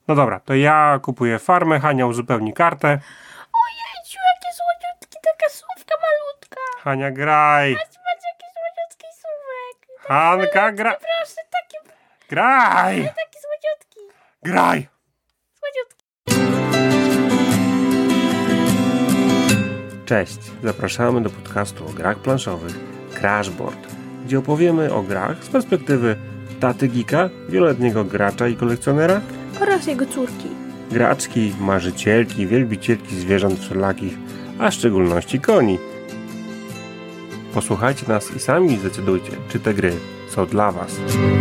No dobra, to ja kupuję farmę, Hania uzupełni kartę. Ojejciu, jakie słodziutki, taka słówka malutka. Hania, graj. Patrz, jaki słodziutki słówek. Hanka, graj. Proszę, Graj. taki słodziutki. Graj. Słodziutki. Cześć, zapraszamy do podcastu o grach planszowych Crashboard, gdzie opowiemy o grach z perspektywy taty geeka, wieloletniego gracza i kolekcjonera Oraz jego córki. graczki, marzycielki, wielbicielki zwierząt wszelakich, a w szczególności koni. Posłuchajcie nas i sami zdecydujcie, czy te gry są dla was.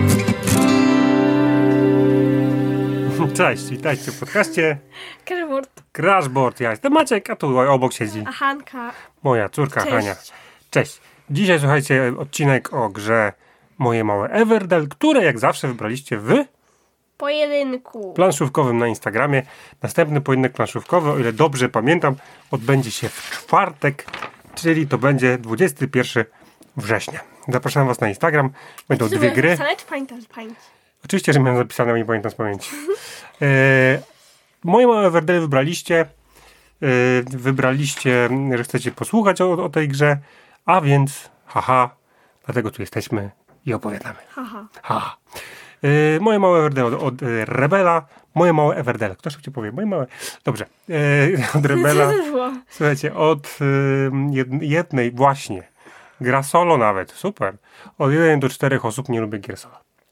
Cześć, witajcie w podcaście Crashboard. Ja jestem Maciek, a tu obok siedzi A Hanka. moja córka Cześć. Hania. Cześć. Dzisiaj słuchajcie odcinek o grze Moje Małe Everdell, które jak zawsze wybraliście w Pojedynku. planszówkowym na Instagramie. Następny pojedynek planszówkowy, o ile dobrze pamiętam, odbędzie się w czwartek, czyli to będzie 21 września. Zapraszam was na Instagram. Będą dwie gry. Czy pamiętasz? Oczywiście, że miałem zapisane, ale nie pamiętam z pamięci. Moje Małe Everdell wybraliście. Wybraliście, że chcecie posłuchać o tej grze, a więc haha, dlatego tu jesteśmy i opowiadamy. Haha. Moje Małe Everdell od Rebela. Moje Małe Everdell. Kto szybciej powie? Moje małe. Dobrze. Od Rebela. Słuchajcie, od jednej właśnie. Gra solo nawet. Super. Od 1 do 4 osób, nie lubię gier solo.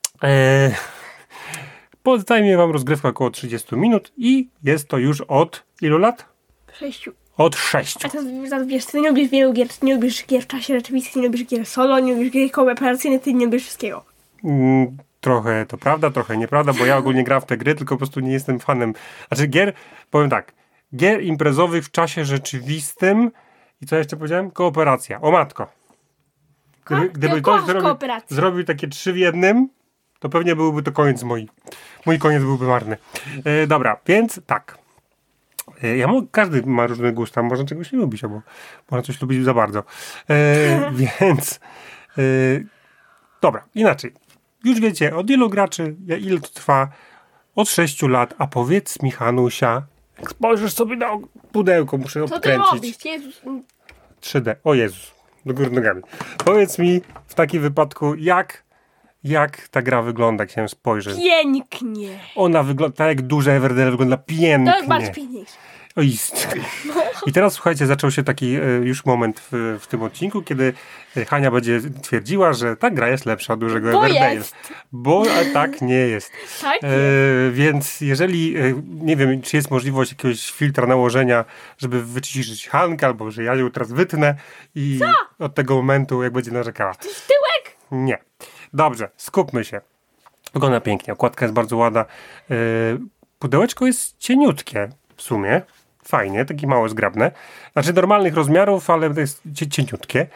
Zajmie wam rozgrywka około 30 minut i jest to już od ilu lat? 6. Od 6. A to wiesz, ty nie lubisz wielu gier, ty nie lubisz gier w czasie rzeczywistym, nie lubisz gier solo, nie lubisz gier kooperacyjnych, ty nie lubisz wszystkiego. Trochę to prawda, trochę nieprawda, bo ja ogólnie gram w te gry, tylko po prostu nie jestem fanem. Znaczy gier, powiem tak, gier imprezowych w czasie rzeczywistym i co jeszcze powiedziałem? Kooperacja. O matko. Gdyby ktoś zrobił takie 3 w jednym, to pewnie byłby to koniec mój. Mój koniec byłby marny. Dobra, więc tak. Każdy ma różny gust, tam można czegoś nie lubić, albo można coś lubić za bardzo. Więc dobra, inaczej. Już wiecie, od ilu graczy, ile to trwa? Od 6 lat, a powiedz mi, Hanusia, jak spojrzysz sobie na pudełko, muszę odkręcić. Co ty robisz? Jezus. 3D, o Jezus, do góry nogami. Powiedz mi w takim wypadku, jak ta gra wygląda, jak się spojrzy. Pięknie. Ona wygląda tak jak duże Everdell, wygląda pięknie. To jest bardzo piękniejsze. I teraz słuchajcie, zaczął się taki już moment w tym odcinku, kiedy Hania będzie twierdziła, że ta gra jest lepsza od dużego Everdell. Bo tak nie jest. Tak więc jeżeli, nie wiem, czy jest możliwość jakiegoś filtra nałożenia, żeby wyciszyć Hankę, albo że ja ją teraz wytnę i od tego momentu, jak będzie narzekała. To jest tyłek? Nie. Dobrze, skupmy się. Wygląda pięknie, okładka jest bardzo ładna. Pudełeczko jest cieniutkie w sumie. Fajnie, takie małe, zgrabne. Znaczy normalnych rozmiarów, ale to jest cieniutkie.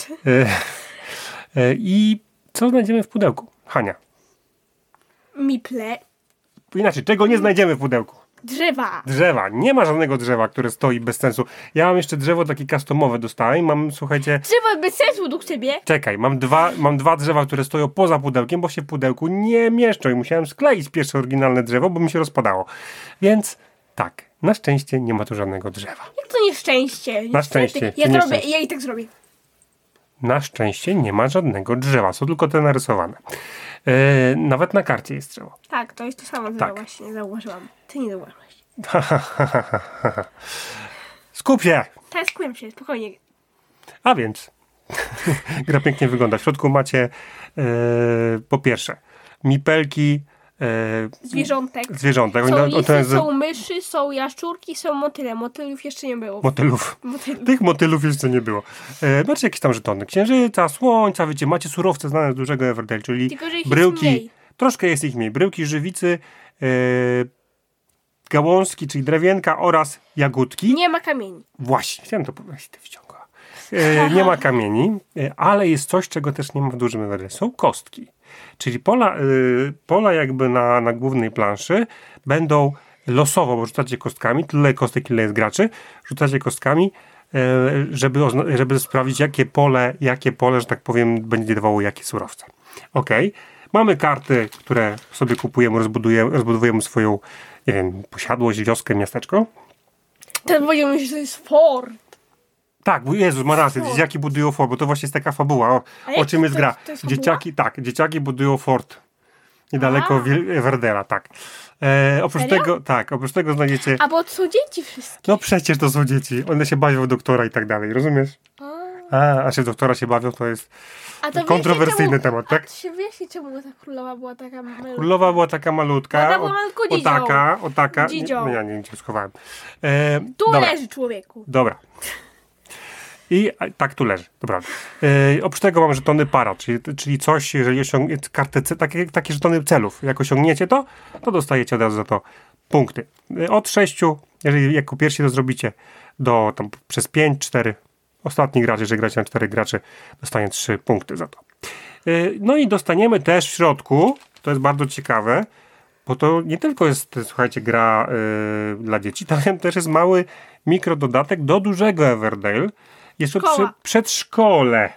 I co znajdziemy w pudełku? Hania. Miple. Inaczej, czego nie znajdziemy w pudełku? Drzewa. Nie ma żadnego drzewa, które stoi bez sensu. Ja mam jeszcze drzewo takie customowe dostałem i mam, słuchajcie... Drzewo bez sensu według ciebie? Czekaj, mam dwa drzewa, które stoją poza pudełkiem, bo się w pudełku nie mieszczą i musiałem skleić pierwsze oryginalne drzewo, bo mi się rozpadało. Więc tak, na szczęście nie ma tu żadnego drzewa. Jak to nieszczęście? Na szczęście. Ja i tak zrobię. Na szczęście nie ma żadnego drzewa, są tylko te narysowane. Nawet na karcie jest drzewo. Tak, to jest to samo drzewo, Tak. właśnie zauważyłam. Ty nie zauważyłeś. Skup się! Tak, skupiam się, spokojnie. A więc gra pięknie wygląda. W środku macie po pierwsze mipelki, Zwierzątek. Są lisy, są myszy, są jaszczurki, są motyle. Motylów jeszcze nie było. Motylów. Tych motylów jeszcze nie było. Macie jakieś tam żetony księżyca, słońca, wiecie, macie surowce znane z dużego Everdell, czyli tylko, że ich bryłki. jest mniej. Troszkę jest ich mniej. Bryłki, żywicy, gałązki, czyli drewienka oraz jagódki. Nie ma kamieni. Właśnie, chciałem to powiedzieć, ty wciągła. Nie ma kamieni, ale jest coś, czego też nie ma w dużym Everdell. Są kostki. Czyli pola jakby na głównej planszy będą losowo, bo rzucacie kostkami, tyle kostek, ile jest graczy, rzucacie kostkami, żeby sprawdzić, jakie pole, że tak powiem, będzie dawało jakie surowce. Okej. Mamy karty, które sobie kupujemy, rozbudowujemy swoją, nie wiem, posiadłość, wioskę, miasteczko. Ten powiedział mi, że to jest Ford. Tak, bo Jezus, ma rację, dzieciaki budują fort, bo to właśnie jest taka fabuła, o czym jest gra. To jest fabuła? Dzieciaki budują fort. Niedaleko Everdela, tak. Oprócz Serio? tego, oprócz tego znajdziecie... A bo to są dzieci wszystkie. No przecież to są dzieci, one się bawią w doktora i tak dalej, rozumiesz? A czy w doktora się bawią, to jest to kontrowersyjny temat, tak? Wiesz, czemu ta królowa była taka malutka? Królowa była taka malutka, Ona była malutką dzidzią. o taka, Dzidzią. ja nie wiem, gdzie schowałem. Tu dobra. leży człowieku. Dobra. I tak tu leży, dobra. Oprócz tego mam żetony para, czyli coś, jeżeli osiągniecie kartę, takie żetony celów, jak osiągniecie to dostajecie od razu za to punkty. Od 6, jeżeli jako pierwsi to zrobicie, do tam przez 5, 4. Ostatni gracz, jeżeli gracie na 4 graczy, dostanie 3 punkty za to. No i dostaniemy też w środku, to jest bardzo ciekawe, bo to nie tylko jest, słuchajcie, gra dla dzieci, tam też jest mały mikrododatek do dużego Everdale. Jest to przedszkole.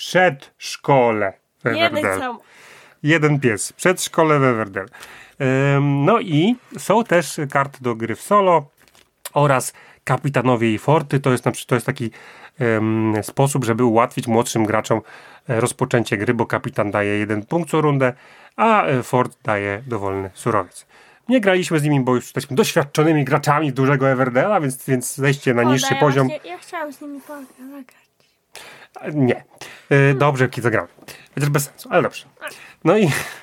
Jeden pies. Przedszkole w Everdale. No i są też karty do gry w solo oraz kapitanowie i forty. To jest taki sposób, żeby ułatwić młodszym graczom rozpoczęcie gry, bo kapitan daje 1 punkt co rundę, a fort daje dowolny surowiec. Nie graliśmy z nimi, bo już jesteśmy doświadczonymi graczami dużego Everdela, więc zejście na niższy poziom. Ja chciałam z nimi zagrać. Nie. Dobrze, kiedy zagrałem. Chociaż bez sensu, ale dobrze. No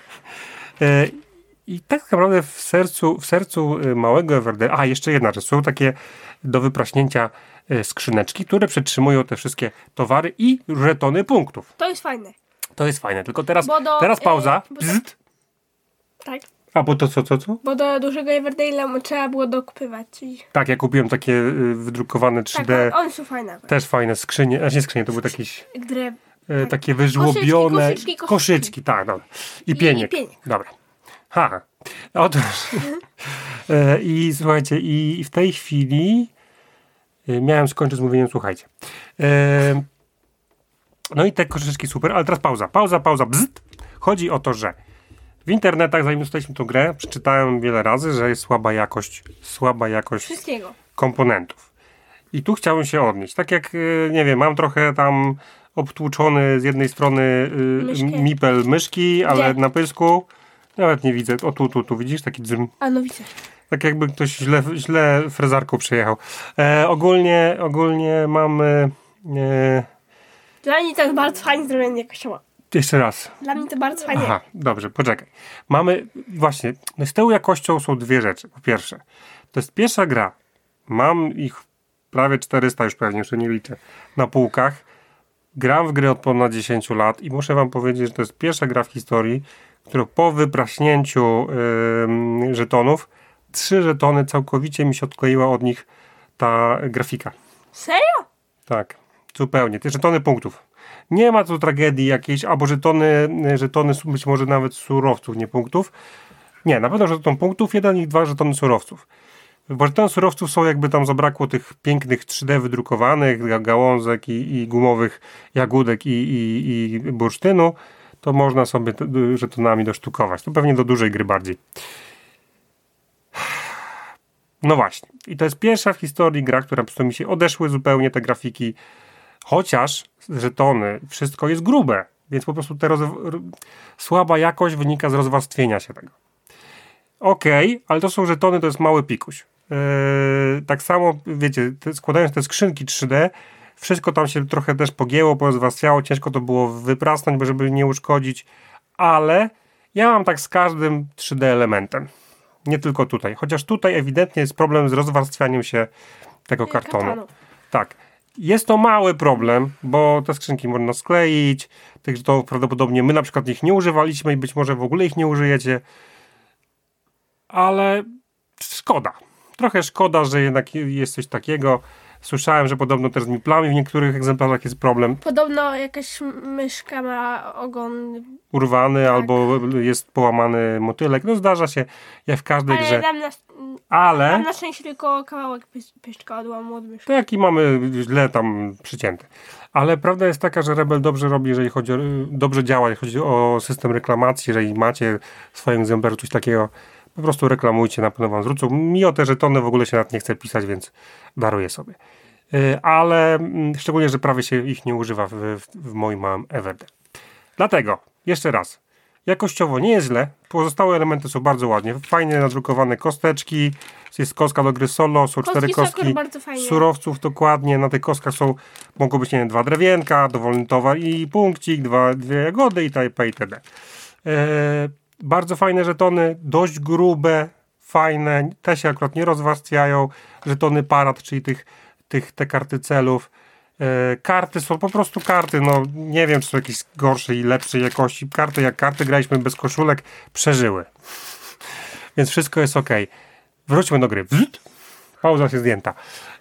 i tak naprawdę w sercu małego Everdela... A, jeszcze jedna rzecz. Są takie do wypraśnięcia skrzyneczki, które przetrzymują te wszystkie towary i żetony punktów. To jest fajne. To jest fajne, tylko teraz pauza. Tak. A, bo to co? Bo do dużego Everdale'a trzeba było dokupywać. Czyli... Tak, ja kupiłem takie wydrukowane 3D. Tak, one są fajne. Też fajne skrzynie, nie skrzynie, to były jakieś takie wyżłobione koszyczki, tak, dobra. I pieniek. Dobra. Otóż i słuchajcie, i w tej chwili miałem skończyć z mówieniem, słuchajcie. No i te koszyczki super, ale teraz pauza, bzzt. Chodzi o to, że w internetach, zanim dostaliśmy tą grę, przeczytałem wiele razy, że jest słaba jakość wszystkiego. Komponentów. I tu chciałem się odnieść. Tak jak, nie wiem, mam trochę tam obtłuczony z jednej strony mipel myszki, ale na pysku nawet nie widzę. O, tu widzisz? Taki dzym. A, no widzę. Tak jakby ktoś źle frezarką przyjechał. Ogólnie mamy... Dla mnie to jest bardzo fajnie zrobione kościoła. Jeszcze raz. Dla mnie to bardzo fajnie. Aha, dobrze, poczekaj. Mamy, właśnie, z tą jakością są dwie rzeczy. Po pierwsze, to jest pierwsza gra. Mam ich prawie 400 już pewnie, jeszcze nie liczę, na półkach. Gram w gry od ponad 10 lat i muszę wam powiedzieć, że to jest pierwsza gra w historii, która po wypraśnięciu żetonów, 3 żetony całkowicie mi się odkleiła od nich ta grafika. Serio? Tak, zupełnie. Te żetony punktów. Nie ma tu tragedii jakiejś, albo żetony być może nawet surowców, nie punktów. Nie, na pewno żeton punktów, 1 i 2 żetony surowców. Bo żetony surowców są, jakby tam zabrakło tych pięknych 3D wydrukowanych gałązek i gumowych jagódek i bursztynu, to można sobie żetonami dosztukować. To pewnie do dużej gry bardziej. No właśnie. I to jest pierwsza w historii gra, która po prostu mi się odeszły zupełnie te grafiki. Chociaż żetony, wszystko jest grube, więc po prostu słaba jakość wynika z rozwarstwienia się tego. Okej, ale to są żetony, to jest mały pikuś. Tak samo, wiecie, składając te skrzynki 3D, wszystko tam się trochę też pogięło, porozwarstwiało, ciężko to było wyprasnąć, żeby nie uszkodzić, ale ja mam tak z każdym 3D elementem. Nie tylko tutaj. Chociaż tutaj ewidentnie jest problem z rozwarstwianiem się tego kartonu. Tak. Jest to mały problem, bo te skrzynki można skleić, także to prawdopodobnie my na przykład ich nie używaliśmy i być może w ogóle ich nie użyjecie, ale szkoda. Trochę szkoda, że jednak jest coś takiego. Słyszałem, że podobno też z miplami w niektórych egzemplarzach jest problem. Podobno jakaś myszka ma ogon. Urwany albo jest połamany motylek. No zdarza się, jak w każdej grze. Tam na szczęście tylko kawałek pyszczka odłamu od myszki. To jaki mamy źle tam przycięty. Ale prawda jest taka, że Rebel dobrze robi, jeżeli chodzi o, dobrze działa, jeżeli chodzi o system reklamacji. Jeżeli macie w swoim egzemplarzu coś takiego, po prostu reklamujcie, na pewno wam zwrócą. Mi o te żetony w ogóle się nawet nie chce pisać, więc daruję sobie. Ale szczególnie, że prawie się ich nie używa w moim małym Everde. Dlatego, jeszcze raz, jakościowo nie jest źle, pozostałe elementy są bardzo ładnie, fajnie nadrukowane kosteczki, jest kostka do gry solo, są 4 kostki surowców dokładnie, na tych kostkach mogą być, nie wiem, 2 drewienka, dowolny towar i punkcik, 2 jagody itd. Bardzo fajne żetony, dość grube, fajne, te się akurat nie rozwarstwiają, żetony parad, czyli te karty celów. Karty są po prostu karty, no nie wiem, czy są jakieś gorszej i lepszej jakości. Karty jak karty, graliśmy bez koszulek, przeżyły. Więc wszystko jest ok. Wróćmy do gry. Pauza się zdjęta.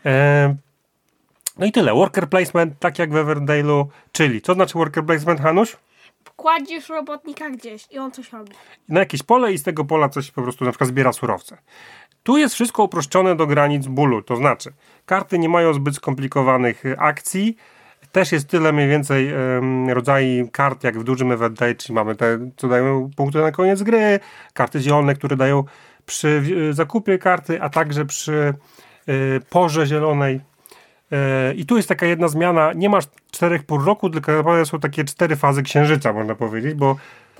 No i tyle. Worker placement, tak jak w Everdale'u, czyli, co znaczy worker placement, Hanuś? Kładziesz robotnika gdzieś i on coś robi. Na jakieś pole i z tego pola coś po prostu na przykład zbiera surowce. Tu jest wszystko uproszczone do granic bólu, to znaczy karty nie mają zbyt skomplikowanych akcji, też jest tyle mniej więcej rodzajów kart jak w dużym Everdale, czyli mamy te, co dają punkty na koniec gry, karty zielone, które dają przy zakupie karty, a także przy porze zielonej. I tu jest taka jedna zmiana, nie masz 4 pór roku, tylko naprawdę są takie 4 fazy księżyca, można powiedzieć, bo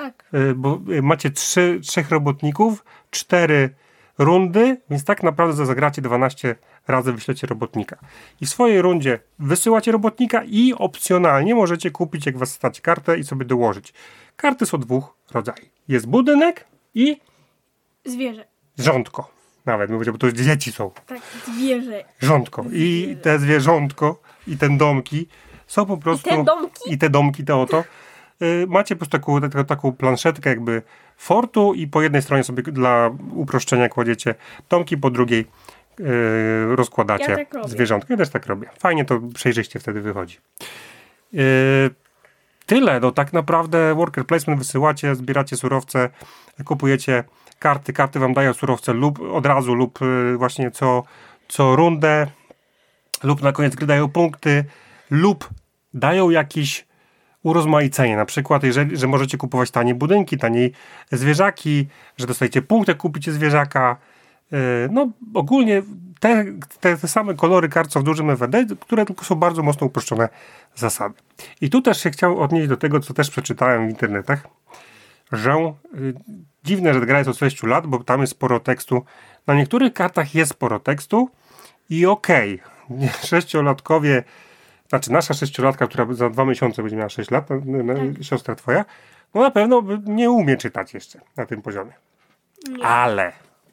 macie 3 robotników, 4 rundy, więc tak naprawdę zagracie 12 razy wyślecie robotnika. I w swojej rundzie wysyłacie robotnika i opcjonalnie możecie kupić, jak was stać, kartę i sobie dołożyć. Karty są 2 rodzajów. Jest budynek i zwierzę. Rządko. Nawet, bo to dzieci są. Tak, zwierzę. Rządko. I te zwierzątko, i ten domki są po prostu... I te domki, te oto. Macie po prostu taką planszetkę jakby fortu i po jednej stronie sobie dla uproszczenia kładziecie domki, po drugiej rozkładacie zwierzątka. Ja też tak robię. Fajnie to przejrzyście wtedy wychodzi. Tyle. No tak naprawdę worker placement wysyłacie, zbieracie surowce, kupujecie karty. Karty wam dają surowce lub od razu, lub właśnie co rundę, lub na koniec gry dają punkty, lub dają jakiś urozmaicenie, na przykład, że możecie kupować taniej budynki, taniej zwierzaki, że dostajecie punkt, jak kupicie zwierzaka. No ogólnie te same kolory kart są w dużym Everdale, które tylko są bardzo mocno uproszczone zasady. I tu też się chciał odnieść do tego, co też przeczytałem w internetach, że dziwne, że gra jest od 6 lat, bo tam jest sporo tekstu. Na niektórych kartach jest sporo tekstu i okej, sześciolatkowie, znaczy nasza 6-latka, która za 2 miesiące będzie miała 6 lat, siostra twoja, no na pewno nie umie czytać jeszcze na tym poziomie. Nie. Ale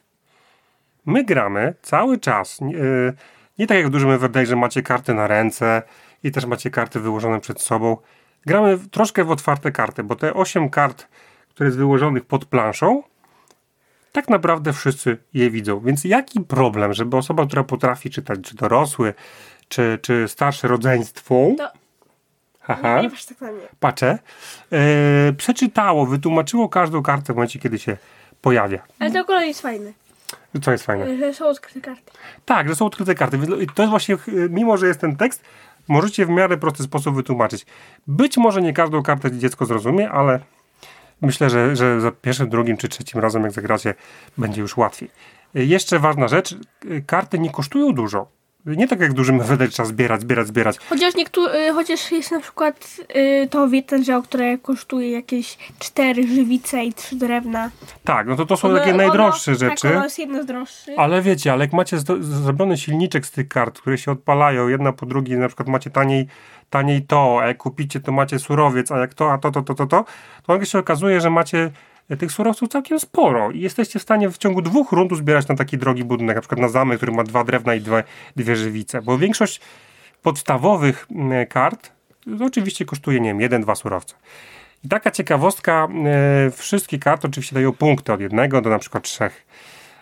my gramy cały czas, nie tak jak w dużym Everdale, że macie karty na ręce i też macie karty wyłożone przed sobą. Gramy troszkę w otwarte karty, bo te 8 kart, które jest wyłożonych pod planszą, tak naprawdę wszyscy je widzą. Więc jaki problem, żeby osoba, która potrafi czytać, czy dorosły, czy starsze rodzeństwo, nie patrz tak na mnie. Patrzę, przeczytało, wytłumaczyło każdą kartę w momencie, kiedy się pojawia. Ale to akurat jest fajne. Co jest fajne? Że są odkryte karty. Tak, że są odkryte karty. To jest właśnie, mimo że jest ten tekst, możecie w miarę prosty sposób wytłumaczyć. Być może nie każdą kartę dziecko zrozumie, ale myślę, że za pierwszym, drugim czy trzecim razem, jak zagracie, będzie już łatwiej. Jeszcze ważna rzecz, karty nie kosztują dużo. Nie tak jak w dużym Everdale trzeba zbierać. Chociaż jest na przykład ten dział, który kosztuje jakieś 4 żywice i 3 drewna. Tak, no to są takie najdroższe rzeczy. Tak, ono jest jedno z droższych. Ale wiecie, jak macie zrobiony silniczek z tych kart, które się odpalają jedna po drugiej, na przykład macie taniej to, a jak kupicie, to macie surowiec, a jak to nagle się okazuje, że macie tych surowców całkiem sporo i jesteście w stanie w ciągu 2 rund zbierać na taki drogi budynek, na przykład na zamek, który ma 2 drewna i 2 żywice, bo większość podstawowych kart to oczywiście kosztuje, nie wiem, 1-2 surowce. I taka ciekawostka, wszystkie karty oczywiście dają punkty od 1 do na przykład 3.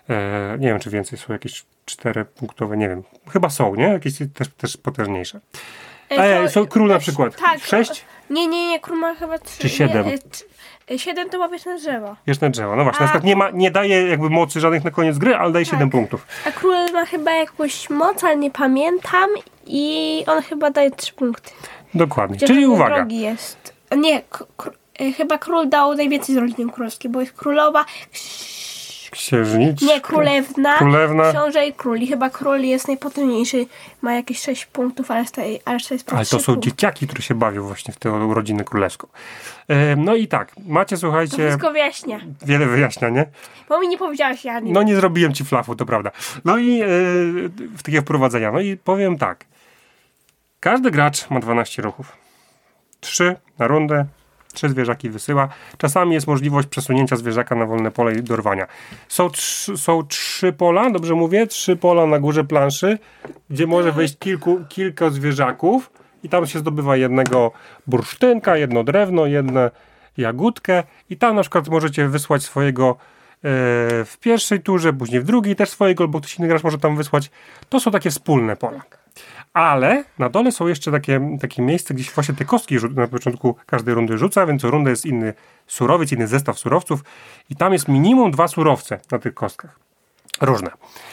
Nie wiem, czy więcej są jakieś 4-punktowe, nie wiem. Chyba są, nie? Jakieś też potężniejsze. Są król na przykład. Tak. 6? Nie, król ma chyba 3. Czy 7? 7 to ma wieczne drzewo. Wieczne drzewo. No właśnie, na przykład nie daje jakby mocy żadnych na koniec gry, ale daje 7 punktów. A król ma chyba jakąś moc, ale nie pamiętam i on chyba daje 3 punkty. Dokładnie. Chociaż Czyli on uwaga. drogi jest. Nie, chyba król dał najwięcej z rodziny królewskiej, bo jest królowa, Księżniczka. nie, królewna, Królewna. książę i król. I chyba król jest najpotężniejszy, ma jakieś 6 punktów, ale reszta jest po Ale 3 to są punkty. dzieciaki, które się bawią właśnie w tę urodzinę królewską. No i tak, macie, To słuchajcie, wszystko wyjaśnia. wiele wyjaśnia, nie? Bo mi nie powiedziałaś, ja nie. No nie zrobiłem ci flafu, to prawda. No i w takie wprowadzenia. No i powiem tak. Każdy gracz ma 12 ruchów. 3 na rundę. 3 zwierzaki wysyła. Czasami jest możliwość przesunięcia zwierzaka na wolne pole i dorwania. Są 3 pola, dobrze mówię? 3 pola na górze planszy, gdzie może wejść kilka zwierzaków i tam się zdobywa jednego bursztynka, jedno drewno, jedną jagódkę i tam na przykład możecie wysłać swojego w pierwszej turze, później w drugiej też swojego, albo ktoś inny gracz może tam wysłać. To są takie wspólne pola. Ale na dole są jeszcze takie miejsce, gdzie się właśnie te kostki na początku każdej rundy rzuca, więc co rundę jest inny surowiec, inny zestaw surowców i tam jest minimum 2 surowce na tych kostkach. Różne.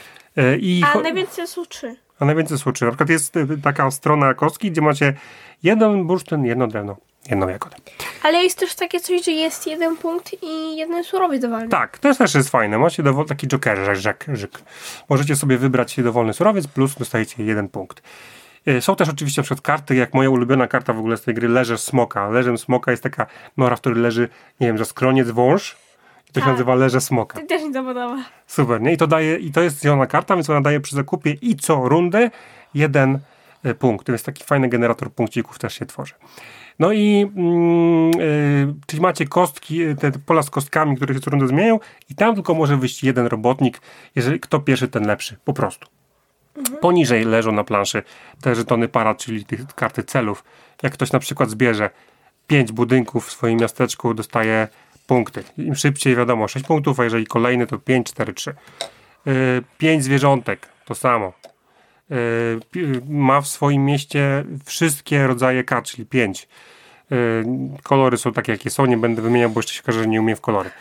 A najwięcej są 3. A najwięcej są 3. Na przykład jest taka strona kostki, gdzie macie jeden bursztyn, jedno drewno, jedną jagodę. Ale jest też takie coś, że jest 1 punkt i 1 surowiec dowolny. Tak, to też jest fajne. Macie taki jokerzyk. Możecie sobie wybrać dowolny surowiec, plus dostajecie 1 punkt. Są też oczywiście na przykład karty, jak moja ulubiona karta w ogóle z tej gry, Leżer Smoka. Leżem Smoka jest taka nora, w której leży, nie wiem, że skroniec wąż. I to się nazywa Leże Smoka. To też mi to podoba. Super, nie? I to jest zielona karta, więc ona daje przy zakupie i co rundę 1 punkt. To jest taki fajny generator punkcików, też się tworzy. No i czyli macie kostki, te pola z kostkami, które się co rundę zmieniają i tam tylko może wyjść 1 robotnik, jeżeli kto pierwszy, ten lepszy. Po prostu. Poniżej leżą na planszy te żetony parad, czyli tych karty celów. Jak ktoś na przykład zbierze 5 budynków w swoim miasteczku, dostaje punkty. Im szybciej, wiadomo, 6 punktów, a jeżeli kolejny, to 5, 4, 3. 5 zwierzątek, to samo. Ma w swoim mieście wszystkie rodzaje kart, czyli 5. Kolory są takie, jakie są, nie będę wymieniał, bo jeszcze się okaże, że nie umiem w kolory.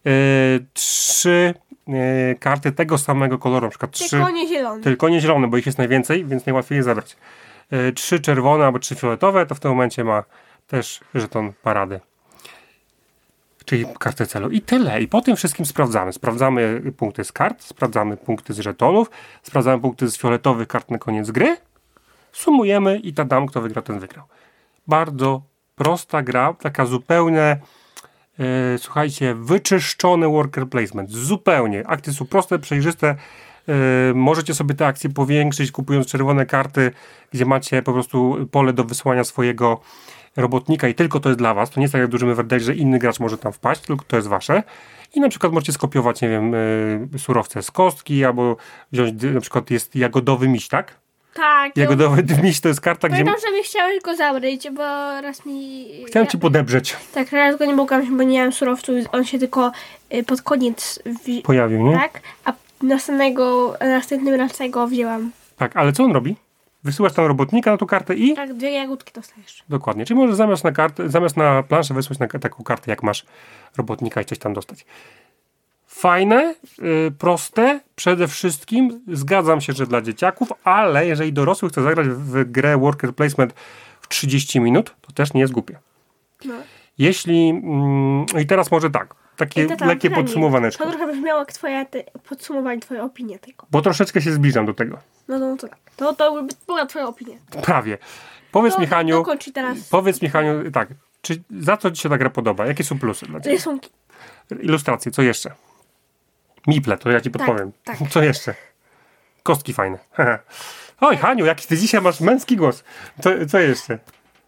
3 karty tego samego koloru, na przykład 3. Tylko nie zielony. Tylko nie zielone, bo ich jest najwięcej, więc najłatwiej je zabrać. 3 czerwone albo 3 fioletowe, to w tym momencie ma też żeton parady. Czyli kartę celu. I tyle. I po tym wszystkim sprawdzamy. Sprawdzamy punkty z kart, sprawdzamy punkty z żetonów, sprawdzamy punkty z fioletowych kart na koniec gry, sumujemy i tadam, kto wygrał, ten wygrał. Bardzo prosta gra, taka zupełnie słuchajcie, wyczyszczony worker placement. Zupełnie. Akcje są proste, przejrzyste. Możecie sobie te akcje powiększyć, kupując czerwone karty, gdzie macie po prostu pole do wysłania swojego robotnika i tylko to jest dla was. To nie jest tak jak w dużym Everdale, że inny gracz może tam wpaść, tylko to jest wasze. I na przykład możecie skopiować, nie wiem, surowce z kostki, albo wziąć, na przykład jest jagodowy miś, tak? Tak. Jagodowy miś to jest karta, gdzie... Pamiętam, że mi chciałeś go zabrać, bo raz mi... Chciałem ci podebrzeć. Tak, raz go nie mogłam, bo nie miałem surowców, on się tylko pod koniec... Pojawił, nie? Tak, a następnym razem go wzięłam. Tak, ale co on robi? Wysyłasz tam robotnika na tą kartę i... Tak, 2 jagódki dostajesz. Dokładnie. Czyli możesz zamiast na planszę wysłać taką kartę, jak masz robotnika i coś tam dostać. Fajne, proste, przede wszystkim zgadzam się, że dla dzieciaków, ale jeżeli dorosły chce zagrać w grę Worker Placement w 30 minut, to też nie jest głupie. No. Jeśli... I teraz może tak, takie lekkie podsumowaneczko. To trochę brzmiało jak podsumowanie, twoja opinia tego. Bo troszeczkę się zbliżam do tego. No to tak. To była twoja opinia. Prawie. Powiedz mi, Haniu, tak, za co ci się ta gra podoba? Jakie są plusy dla ciebie? Rysunki. Ilustracje, co jeszcze? Miple, to ja ci podpowiem. Tak. Co jeszcze? Kostki fajne. Oj, Haniu, jaki ty dzisiaj masz męski głos. Co jeszcze?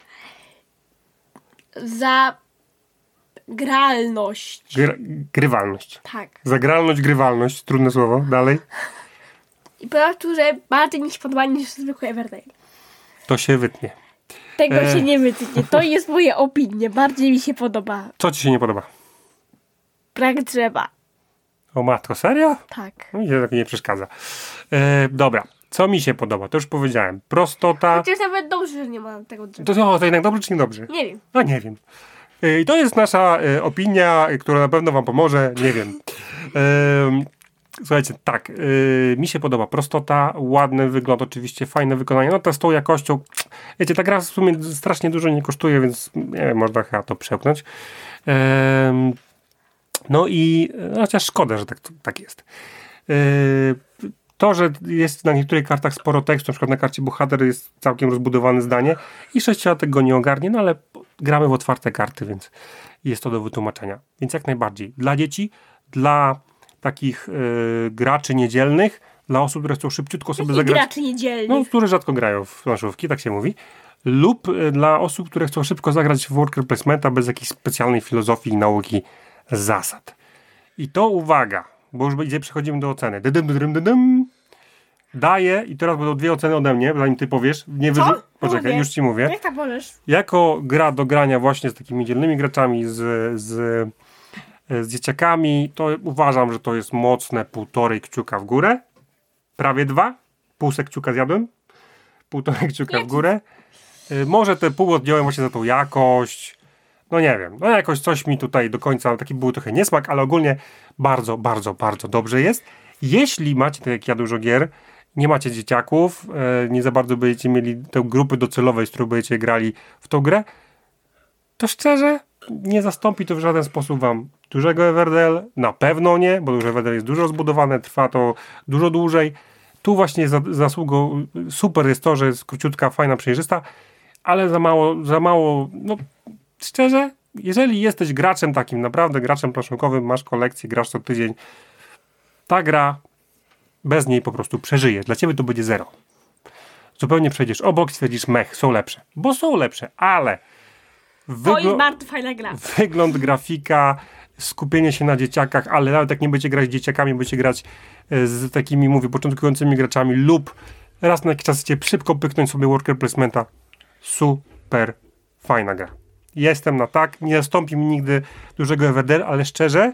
Za gralność. Grywalność. Tak. Zagralność, grywalność. Trudne słowo. Dalej. I powiem tu, że bardziej mi się podoba niż zwykły Everdale. To się wytnie. Tego się nie wytnie. To jest moja opinia. Bardziej mi się podoba. Co ci się nie podoba? Brak drzewa. O matko, serio? Tak. Mi się tak nie przeszkadza. Dobra, co mi się podoba? To już powiedziałem. Prostota. Chociaż nawet dobrze, że nie ma tego drzewa. To jednak dobrze czy niedobrze? Nie wiem. A nie wiem. I to jest nasza opinia, która na pewno wam pomoże. Nie wiem. Słuchajcie, tak. Mi się podoba prostota, ładny wygląd, oczywiście fajne wykonanie. No to z tą jakością, wiecie, ta gra w sumie strasznie dużo nie kosztuje, więc nie wiem, można chyba to przełknąć. No i chociaż szkoda, że tak jest. To, że jest na niektórych kartach sporo tekstu, na przykład na karcie bohater jest całkiem rozbudowane zdanie i 6-latek go nie ogarnie, no ale gramy w otwarte karty, więc jest to do wytłumaczenia. Więc jak najbardziej. Dla dzieci, dla takich graczy niedzielnych, dla osób, które chcą szybciutko sobie zagrać. Graczy niedzielnych. No, które rzadko grają w planszówki, tak się mówi. Lub dla osób, które chcą szybko zagrać w worker placementa bez jakiejś specjalnej filozofii i nauki zasad. I to uwaga, bo już przechodzimy do oceny. Daję, i teraz będą 2 oceny ode mnie, zanim ty powiesz. Nie Co? Poczekaj, Mówię. już ci mówię. Jak tak możesz? Jako gra do grania właśnie z takimi dzielnymi graczami, z dzieciakami, to uważam, że to jest mocne 1,5 kciuka w górę. Prawie 2. Pół kciuka zjadłem. 1,5 kciuka w górę. Może te pół odjąłem właśnie za tą jakość. No nie wiem. No jakoś coś mi tutaj do końca, taki był trochę niesmak, ale ogólnie bardzo, bardzo, bardzo dobrze jest. Jeśli macie, tak jak ja, dużo gier, nie macie dzieciaków, nie za bardzo będziecie mieli tę grupy docelowej, z którą będziecie grali w tą grę, to szczerze nie zastąpi to w żaden sposób wam dużego Everdell. Na pewno nie, bo duży Everdell jest dużo rozbudowane, trwa to dużo dłużej. Tu właśnie zasługą super jest to, że jest króciutka, fajna, przejrzysta, ale za mało, no szczerze, jeżeli jesteś graczem takim, naprawdę graczem planszówkowym, masz kolekcję, grasz co tydzień, ta gra bez niej po prostu przeżyje. Dla ciebie to będzie 0. Zupełnie przejdziesz obok, stwierdzisz, mech, są lepsze. Bo są lepsze, ale To jest bardzo fajna gra. wygląd, grafika, skupienie się na dzieciakach, ale nawet jak nie będziecie grać z dzieciakami, będziecie grać z takimi, mówię, początkującymi graczami lub raz na jakiś czas chcecie szybko pyknąć sobie worker placementa. Super fajna gra. Jestem na tak, nie zastąpi mi nigdy dużego Everdell, ale szczerze,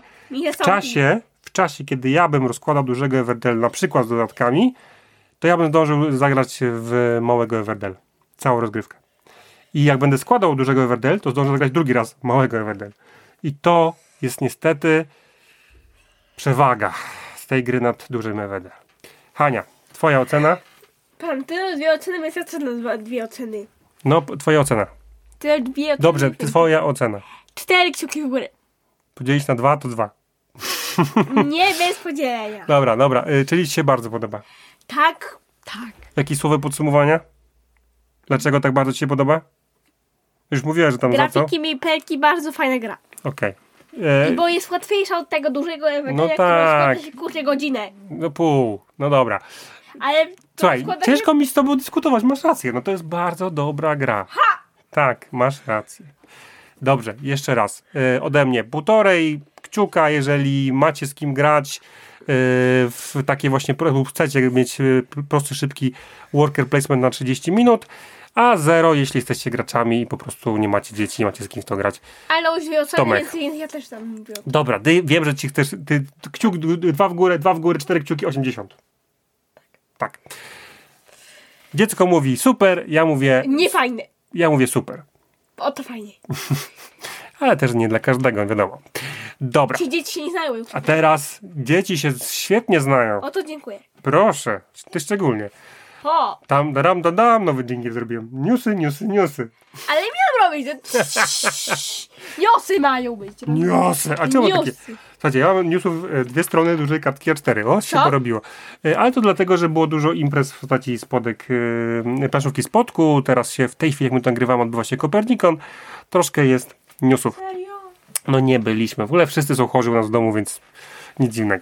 w czasie, kiedy ja bym rozkładał dużego Everdell, na przykład z dodatkami, to ja bym zdążył zagrać w małego Everdell. Całą rozgrywkę. I jak będę składał dużego Everdell, to zdążę zagrać drugi raz małego Everdell. I to jest niestety przewaga z tej gry nad dużym Everdell. Hania, twoja ocena? Pan, ty 2 oceny, więc ja co na 2 oceny? No, twoja ocena. Ty 2 oceny. Dobrze, twoja ocena. 4 kciuki w górę. Podzielić na 2, to 2. Nie bez podzielenia. Dobra. Czyli ci się bardzo podoba. Tak. Jakieś słowo podsumowania? Dlaczego tak bardzo ci się podoba? Już mówiłem, że tam za co? Grafiki, perki, bardzo fajna gra. Okej. Bo jest łatwiejsza od tego dużego Everdella, No tak. który składa się godzinę. No pół. No dobra. Ale to Słuchaj, składa ciężko mi z tobą dyskutować, masz rację. No to jest bardzo dobra gra. Tak, masz rację. Dobrze, jeszcze raz. Ode mnie 1,5 kciuka, jeżeli macie z kim grać w takie właśnie, chcecie mieć prosty, szybki worker placement na 30 minut, a 0, jeśli jesteście graczami i po prostu nie macie dzieci, nie macie z kim w to grać. Ale już 2 oceny, Tomek. więc ja też tam mówię. Dobra, wiem, że ci chcesz, kciuk 2 w górę, 4 kciuki, 80. Tak. Dziecko mówi super, ja mówię super. O, to fajnie. Ale też nie dla każdego, wiadomo. Dobra. Ci dzieci się nie znają. A teraz dzieci się świetnie znają. O, to dziękuję. Proszę, ty szczególnie. O, Tam, dam, nowy dżingiel zrobiłem. Newsy. ale miałem robić. Niosy mają być. Newsy. A czemu takie? Newsy. Słuchajcie, ja mam newsów 2 strony, dużej kartki A4. O, się Co? porobiło. Ale to dlatego, że było dużo imprez w postaci spodek, planszówki Spodku. Teraz się w tej chwili, jak my to nagrywamy, odbywa się Kopernikon. Troszkę jest newsów. Serio? No nie byliśmy. W ogóle wszyscy są chorzy u nas w domu, więc nic dziwnego.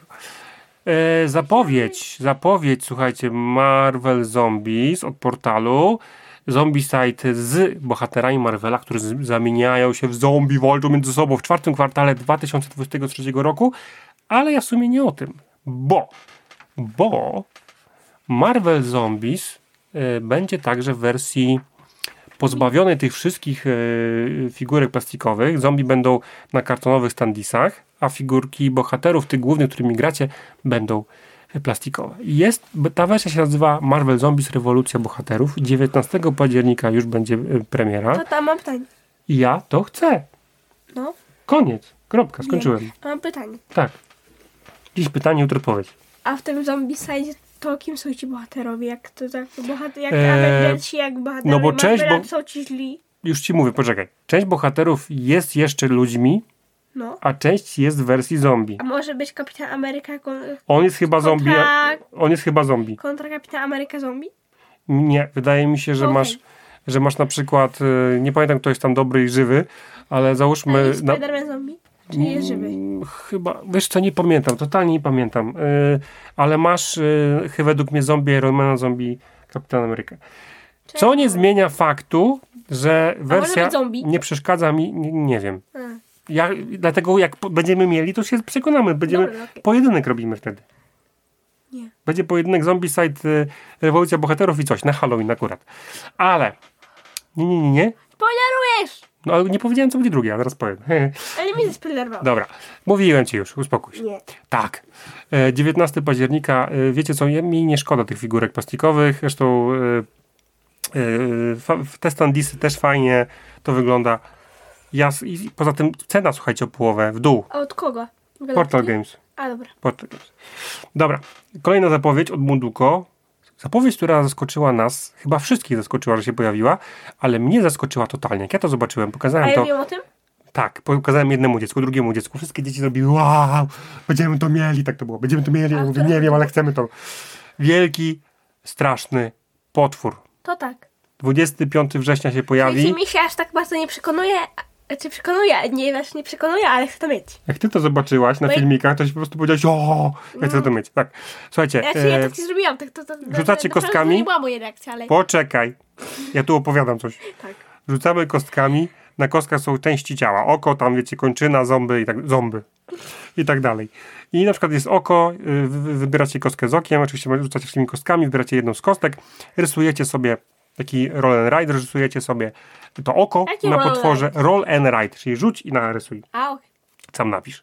Zapowiedź, słuchajcie, Marvel Zombies od portalu. Zombicide z bohaterami Marvela, którzy zamieniają się w zombie, walczą między sobą w 4. kwartale 2023 roku. Ale ja w sumie nie o tym, bo Marvel Zombies będzie także w wersji pozbawionej tych wszystkich figurek plastikowych. Zombie będą na kartonowych standisach. a figurki bohaterów, tych głównych, którymi gracie, będą plastikowe. Ta wersja się nazywa Marvel Zombies Rewolucja Bohaterów. 19 października już będzie premiera. To tam mam pytanie. I ja to chcę. No. Koniec. Kropka. Skończyłem. Nie. Mam pytanie. Tak. Dziś pytanie, jutro odpowiedź. A w tym Zombicide to kim są ci bohaterowie? Jak to tak jak Avengersi, jak bohaterowie no bo część, są ci źli? Już ci mówię, poczekaj. Część bohaterów jest jeszcze ludźmi, no. A część jest w wersji zombie. A może być Kapitan Ameryka On jest chyba zombie. On jest chyba zombie. Kontra Kapitan Ameryka zombie? Nie, wydaje mi się, że masz na przykład, nie pamiętam kto jest tam dobry i żywy, ale załóżmy... A jest Spider-Man zombie? Czy jest żywy? Chyba, wiesz co, nie pamiętam, totalnie nie pamiętam. Ale masz chyba według mnie zombie, Iron Man, zombie, Kapitan Ameryka. Co nie zmienia faktu, że wersja nie przeszkadza mi, nie wiem. Dlatego jak będziemy mieli, to się przekonamy. Pojedynek robimy wtedy. Nie. Będzie pojedynek Zombicide, rewolucja bohaterów i coś, na Halloween akurat. Ale nie. Spoilerujesz! No ale nie powiedziałem, co będzie drugie, a teraz powiem. Ale mi zaspoilerował. Dobra, mówiłem ci już, uspokój się. Nie. Tak. 19 października, wiecie co, mi nie szkoda tych figurek plastikowych, zresztą te standisy też fajnie to wygląda. I poza tym cena, słuchajcie, o połowę w dół. A od kogo? Portal Games. A dobra. Portal Games. Dobra, kolejna zapowiedź od Munduko. Zapowiedź, która zaskoczyła nas, chyba wszystkich zaskoczyła, że się pojawiła, ale mnie zaskoczyła totalnie. Jak ja to zobaczyłem, pokazałem to. A ja wiem o tym? Tak, pokazałem jednemu dziecku, drugiemu dziecku. Wszystkie dzieci zrobiły, wow, będziemy to mieli, tak to było. Będziemy to mieli, ja mówię, nie wiem, ale chcemy to. Wielki, straszny potwór. To tak. 25 września się pojawi. Wiecie, mi się aż tak bardzo nie przekonuje, nie przekonuje, ale chcę to mieć. Jak ty to zobaczyłaś na filmikach, to się po prostu powiedziałeś, o, ja chcę to mieć. Tak. Słuchajcie. Ja tak ci zrobiłam. Rzucacie kostkami. To nie była moja reakcja, ale... Poczekaj. Ja tu opowiadam coś. Tak. Rzucamy kostkami. Na kostkach są części ciała. Oko, tam wiecie, kończyna, ząby i tak dalej. I na przykład jest oko, wybieracie kostkę z okiem, oczywiście rzucacie wszystkimi kostkami, wybieracie jedną z kostek, rysujecie sobie taki roll and ride, rysujecie sobie to oko jaki na potworze. Roll and ride, czyli rzuć i narysuj. Okay. Sam napisz.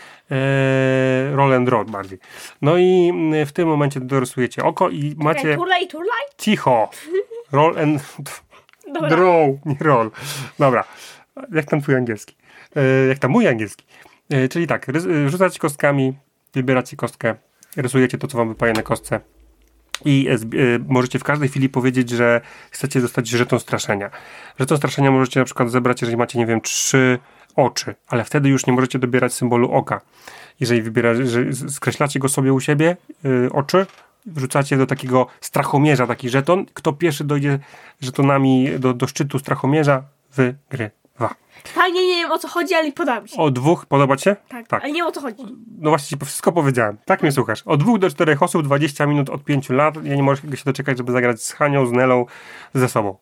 Roll and draw bardziej. No i w tym momencie dorysujecie oko i macie... Turlaj? Cicho! Roll and... Draw, nie roll. Dobra. Jak tam twój angielski? Jak tam mój angielski? Czyli tak, rzucacie kostkami, wybieracie kostkę, rysujecie to, co wam wypaje na kostce i możecie w każdej chwili powiedzieć, że chcecie dostać żeton straszenia. Żeton straszenia możecie na przykład zebrać, jeżeli macie, nie wiem, 3 oczy, ale wtedy już nie możecie dobierać symbolu oka. Jeżeli skreślacie go sobie u siebie, oczy, wrzucacie do takiego strachomierza taki żeton. Kto pierwszy dojdzie żetonami do szczytu strachomierza, wygrywa. Fajnie, nie wiem o co chodzi, ale podoba mi się. O 2, podoba ci się? Tak, ale nie wiem o co chodzi. No właśnie ci wszystko powiedziałem. Tak mnie słuchasz. Od 2 do 4 osób, 20 minut od 5 lat. Ja nie mogę się doczekać, żeby zagrać z Hanią, z Nelą, ze sobą.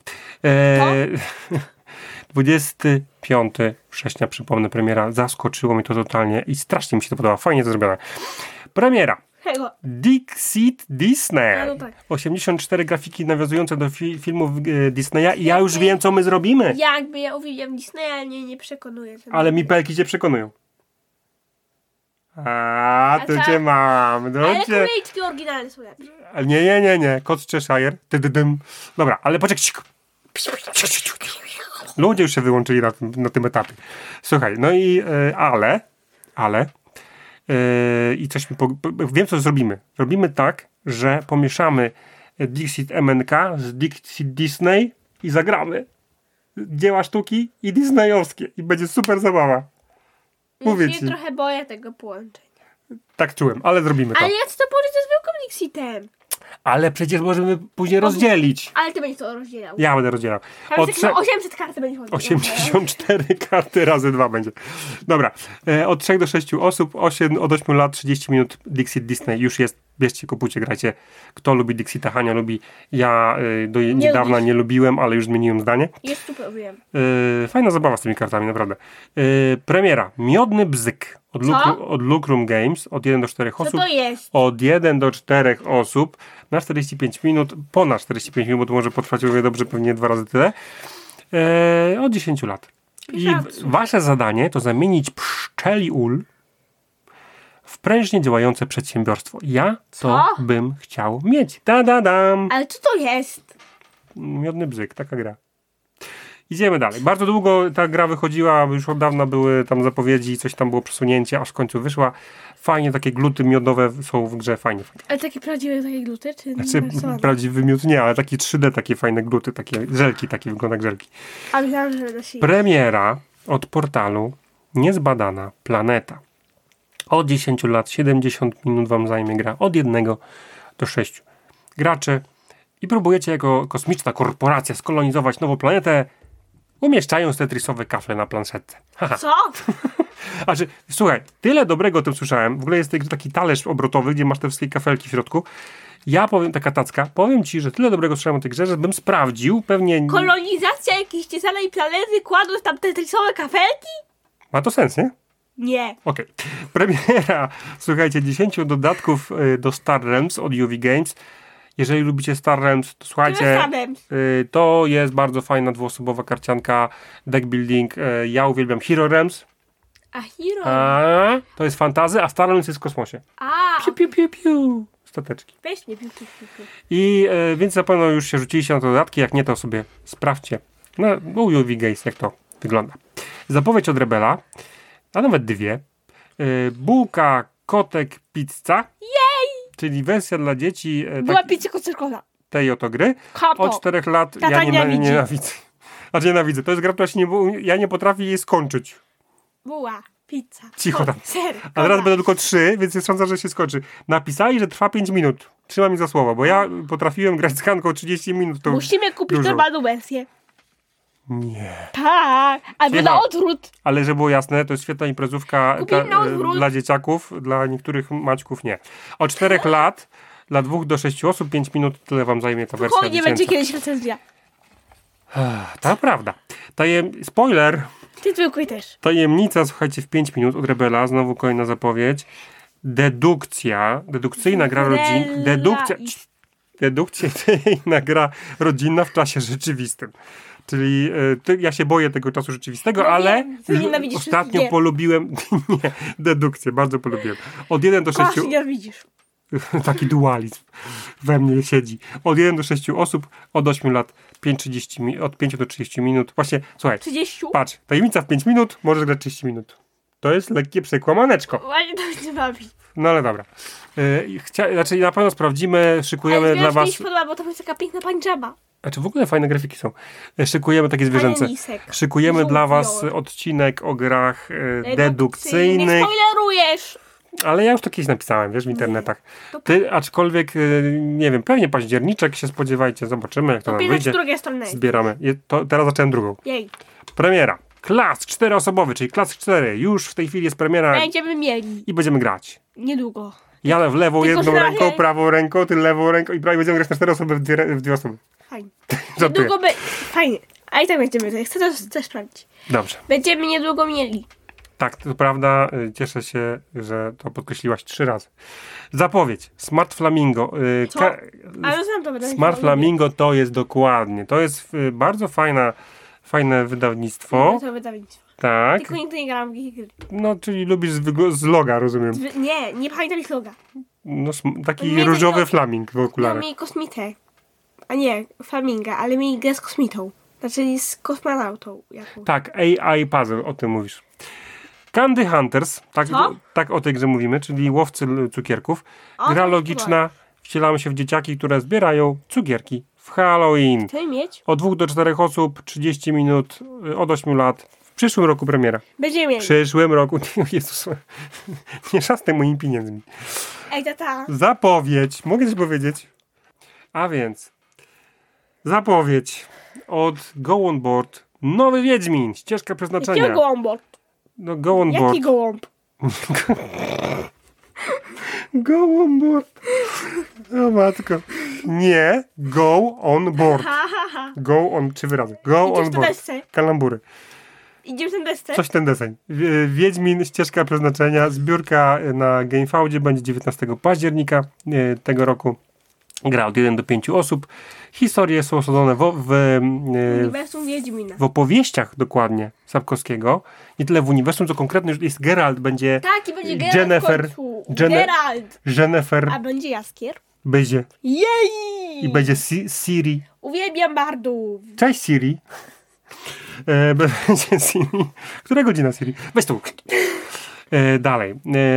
25 września, przypomnę, premiera. Zaskoczyło mnie to totalnie i strasznie mi się to podoba. Fajnie to zrobione. Premiera. Dixit Disney. No tak. 84 grafiki nawiązujące do filmów Disneya i ja już wiem, co my zrobimy. Jakby ja uwielbiam Disneya, ale nie przekonuje. Ale mi pelki cię przekonują. Tu cię mam. Ale kolejki oryginalne są lepsze. Nie. Kot z Cheshire. Dobra, ale poczekaj. Ludzie już się wyłączyli na tym etapie. Słuchaj, no i ale i coś wiem, co zrobimy. Zrobimy tak, że pomieszamy Dixit MNK z Dixit Disney i zagramy dzieła sztuki i disneyowskie. I będzie super zabawa. Mówię ci. Ja się trochę boję tego połączenia. Tak czułem, ale zrobimy to. Ale ja chcę to położyć ze zwykłym Dixitem. Ale przecież możemy później rozdzielić. Ale ty będziesz to rozdzielał. Ja będę rozdzielał. 800 kart będzie chodziło. 84 karty razy 2 będzie. Dobra. Od 3 do 6 osób, od 8 lat, 30 minut Dixit Disney już jest. Bierzcie, kupujcie, grajcie. Kto lubi Dixita? Hania lubi. Ja do niedawna nie lubiłem, ale już zmieniłem zdanie. Jest super, wiem. Fajna zabawa z tymi kartami, naprawdę. Premiera. Miodny bzyk. Od Lucrum Games. Od 1 do 4 osób. Co to jest? Od 1 do 4 osób. Na 45 minut. Ponad 45 minut. Może potrwać, mówię dobrze, pewnie 2 razy tyle. Od 10 lat. I wasze zadanie to zamienić pszczeli ul w prężnie działające przedsiębiorstwo. Ja to Co? bym chciał mieć. Da-da-dam. Ale co to jest? Miodny bzyk, taka gra. Idziemy dalej. Bardzo długo ta gra wychodziła, już od dawna były tam zapowiedzi, coś tam było przesunięcie, aż w końcu wyszła. Fajnie, takie gluty miodowe są w grze, fajnie. Ale takie prawdziwe takie gluty? Czy Znaczy, narysowane? prawdziwy miód nie, ale takie 3D, takie fajne gluty, takie żelki, takie wygląda jak żelki. A myślałam, że da się... Premiera od portalu Niezbadana Planeta. Od 10 lat, 70 minut wam zajmie gra. Od 1 do 6 graczy. I próbujecie jako kosmiczna korporacja skolonizować nową planetę, umieszczając tetrisowe kafle na planszetce. Haha. Co? Znaczy, słuchaj, tyle dobrego o tym słyszałem. W ogóle jest taki talerz obrotowy, gdzie masz te wszystkie kafelki w środku. Ja powiem, taka tacka, powiem ci, że tyle dobrego słyszałem o tej grze, że bym sprawdził, pewnie... Kolonizacja jakiejś ciesanej planety, kładąc tam tetrisowe kafelki? Ma to sens, nie? Nie. Okej. Premiera, słuchajcie, 10 dodatków do Star Realms od UV Games. Jeżeli lubicie Star Realms, to słuchajcie, to jest bardzo fajna dwuosobowa karcianka, deck building. Ja uwielbiam Hero Realms. A Hero? To jest fantazy, a Star Realms jest w kosmosie. Piu, piu, piu, piu. Stateczki. Weź nie piu. I więc na pewno już się rzuciliście na te dodatki, jak nie, to sobie sprawdźcie. No, UV Games, jak to wygląda. Zapowiedź od Rebela, a nawet dwie. Bułka, kotek, pizza. Jej! Czyli wersja dla dzieci Była pizza kocerkowa. tej oto gry. Kapo. Od 4 lat Tata nienawidzę. Znaczy nienawidzę. To jest gra, która się ja nie potrafię jej skończyć. Buła, pizza. Cicho tam. Ser. A teraz będę tylko 3, więc jest szansa, że się skończy. Napisali, że trwa 5 minut. Trzymam ich za słowo, bo ja potrafiłem grać z Hanką 30 minut. To Musimy kupić dużo. normalną wersję. Nie. Tak, albo Cicho. na odwrót. Ale żeby było jasne, to jest świetna imprezówka Kupimy na odwrót. dla dzieciaków, dla niektórych maćków nie. Od 4 lat, dla 2 do 6 osób, 5 minut, tyle wam zajmie ta wersja Spokojnie, będzie dziecięca. kiedyś recenzja. To prawda. Spoiler. Ty zwykły też. Tajemnica, słuchajcie, w 5 minut od Rebela, znowu kolejna zapowiedź. Dedukcyjna gra rodzinna. Dedukcyjna gra rodzinna w czasie rzeczywistym. Czyli ja się boję tego czasu rzeczywistego, No ale wiem, ty nienawidzisz ostatnio wszystkich gier. polubiłem nie, dedukcję, bardzo polubiłem. Od 1 do 6 Kochasz, nie widzisz. taki dualizm we mnie siedzi. Od 1 do 6 osób, od 8 lat od 5 do 30 minut. Właśnie, słuchaj, 30? patrz, tajemnica w 5 minut, możesz grać 30 minut. To jest lekkie przekłamaneczko. Właśnie to się bawi. No ale dobra. Znaczy na pewno sprawdzimy, szykujemy Ale dla was... mi się podoba, bo to jest taka piękna pańczaba. Znaczy w ogóle fajne grafiki są. Szykujemy takie zwierzęce. lisek. Szykujemy Żółwior. dla was odcinek o grach dedukcyjnych. Nie spoilerujesz. Ale ja już to kiedyś napisałem, wiesz, w internetach. Ty, aczkolwiek, nie wiem, pewnie październiczek się spodziewajcie, zobaczymy jak to nam Bierzesz wyjdzie. drugie strony. Zbieramy. Teraz zacząłem drugą. Jej. Premiera. Klask 4-osobowy, czyli Klask 4. Już w tej chwili jest premiera Będziemy mieli. i będziemy grać. Niedługo. Ja w lewą Tylko jedną że ręką, raczej- prawą ręką, ty lewą ręką i prawie będziemy grać na 4 osoby w dwie osoby. Fajnie. Żartuję. Niedługo Fajnie. A i tak będziemy. Chcę to też sprawdzić. Dobrze. Będziemy niedługo mieli. Tak, to prawda. Cieszę się, że to podkreśliłaś 3 razy. Zapowiedź. Smart Flamingo. Co? Ale znam to będę Smart Flamingo to jest dokładnie. To jest bardzo fajne wydawnictwo. To wydawnictwo. Tak. Tylko nigdy nie grałam w gry. No, czyli lubisz z loga, rozumiem. Nie pamiętam ich loga. No, taki Mieli różowy taki- flaming w Miał okularach. mi kosmitę. A nie, flaminga, ale mieli grę z kosmitą. Znaczy z kosmonautą. Jakąś. Tak, AI Puzzle, o tym mówisz. Candy Hunters, Co? tak o tej grze mówimy, czyli łowcy cukierków. O, Gra to logiczna, wcielamy się w dzieciaki, które zbierają cukierki w Halloween. Chcemy mieć? Od 2 do 4 osób, 30 minut, od 8 lat. W przyszłym roku premiera. Będziemy mieli. W przyszłym roku. Jezus, nie szastaj moimi pieniędzmi. Ej, tata. Zapowiedź. Mogę coś powiedzieć? A więc. Zapowiedź od Go On Board. Nowy Wiedźmin. Ścieżka przeznaczenia. Jakiego gołąb? No, Go On Board. Jaki gołąb? Go On Board. O matko. Nie. Go On Board. Go On. 3 wyrazy. Go Idziesz On w Board. desce. Kalambury. Idziesz na desce? Coś ten deseń. Wiedźmin, ścieżka przeznaczenia, zbiórka na GameFaudzie będzie 19 października tego roku. Gra od 1 do 5 osób. Historie są osadzone Uniwersum Wiedźmina. w opowieściach dokładnie Sapkowskiego. Nie tyle w uniwersum, co konkretnie już jest Geralt, będzie Tak, i będzie Geralt Jennifer, w końcu. Jenne- Geralt. Jennifer, A będzie Jaskier. będzie Jej! i będzie Siri. Uwielbiam bardów. Cześć Siri. Będzie Siri. Która godzina Siri? Weź tu. Dalej.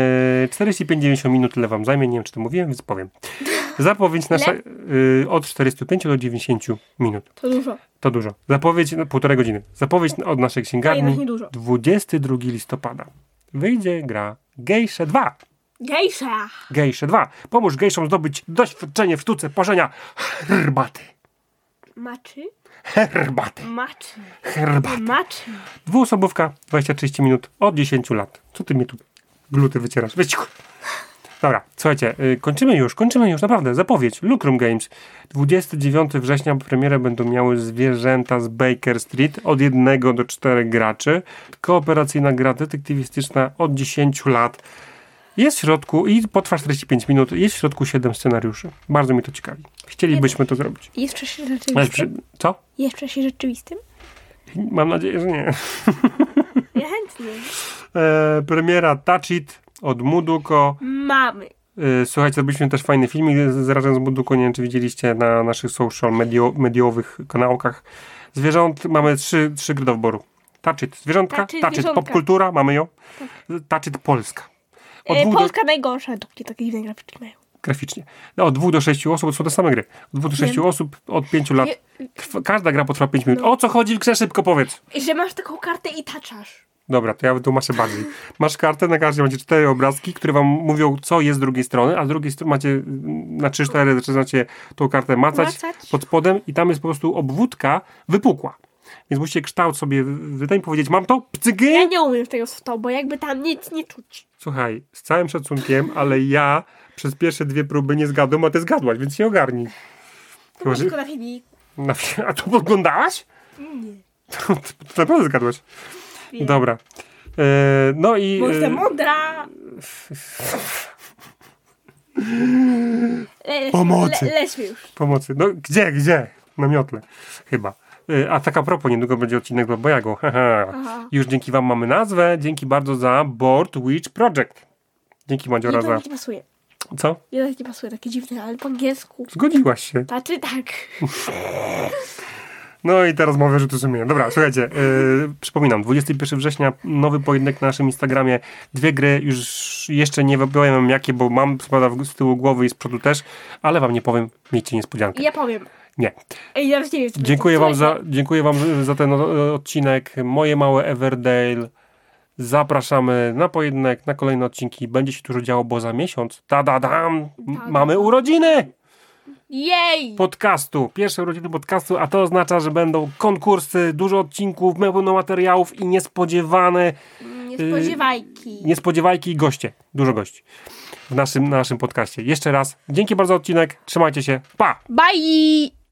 45-90 minut tyle wam zajmie. Nie wiem, czy to mówiłem, więc powiem. Zapowiedź nasza od 45 do 90 minut. To dużo. To dużo. Zapowiedź półtorej godziny. Zapowiedź od naszej A księgarni. jednak niedużo. 22 listopada. Wyjdzie gra Gejsze 2. Gejsza. Gejsze 2. Pomóż gejszom zdobyć doświadczenie w sztuce parzenia herbaty. Maczy? Herbaty. Maczy. Herbaty. Maczy. Dwuosobówka, 20-30 minut, od 10 lat. Co ty mnie tu gluty wycierasz? Weź cicho. Dobra, słuchajcie, kończymy już, naprawdę, zapowiedź. Lucrum Games. 29 września premierę będą miały Zwierzęta z Baker Street od 1 do 4 graczy. Kooperacyjna gra detektywistyczna od 10 lat. Jest w środku i potrwa 45 minut. Jest w środku 7 scenariuszy. Bardzo mi to ciekawi. Chcielibyśmy to zrobić. Jest w czasie rzeczywistym? Co? Jest w czasie rzeczywistym? Mam nadzieję, że nie. Ja chętnie. Premiera Touch It od Muduko. Mamy. Słuchajcie, zrobiliśmy też fajny filmik razem z Muduko. Nie wiem, czy widzieliście na naszych social mediowych kanałkach. Zwierząt mamy trzy gry do wyboru. Touch It zwierzątka, Touch It popkultura, mamy ją. Touch It Polska. Polska najgorsza, takie dziwne grafiki mają. Graficznie. Od 2 do 6 osób, to są te same gry. Od 2 do 6 osób, od 5 lat. Każda gra potrwa 5 minut. O co chodzi w grze? Szybko powiedz. I że masz taką kartę i taczasz. Dobra, to ja wytłumaczę bardziej. Masz kartę, na każdej macie 4 obrazki, które wam mówią, co jest z drugiej strony, a z drugiej strony macie na 3-4 zaczynacie tą kartę macać pod spodem i tam jest po prostu obwódka wypukła. Więc musicie kształt sobie wydać i powiedzieć, mam to, pcygy! Ja nie umiem tego to, bo jakby tam nic nie czuć. Słuchaj, z całym szacunkiem, ale ja przez pierwsze 2 próby nie zgadłem, a ty zgadłaś, więc się ogarnij. To może tylko na filmiku. A to podglądałaś? Nie. To naprawdę zgadłaś. Wiem. Dobra. No i... Bo jestem mądra. Pomocy. Lećmy już. Pomocy. No gdzie? Na miotle. Chyba. A tak a propos, niedługo będzie odcinek do Bojago. Już dzięki wam mamy nazwę. Dzięki bardzo za Board Witch Project. Dzięki Madziora za... Nie pasuje. Co? Jednak nie pasuje, takie dziwne, ale po angielsku. Zgodziłaś się. Znaczy tak. No i teraz mówię, że tu sumienie. Dobra, słuchajcie, przypominam, 21 września nowy pojedynek na naszym Instagramie. 2 gry, już jeszcze nie powiem jakie, bo mam z tyłu głowy i z przodu też, ale wam nie powiem, miejcie niespodziankę. Ja powiem. Nie. Ja nie wiem, Dziękuję wam za ten odcinek. Moje małe Everdale. Zapraszamy na pojedynek, na kolejne odcinki. Będzie się dużo działo, bo za miesiąc mamy urodziny! Jej! Podcastu, pierwsze urodziny podcastu, a to oznacza, że będą konkursy, dużo odcinków, pełno materiałów i niespodziewane niespodziewajki i goście, dużo gości na naszym podcaście. Jeszcze raz, dzięki bardzo za odcinek, trzymajcie się, pa! Bye!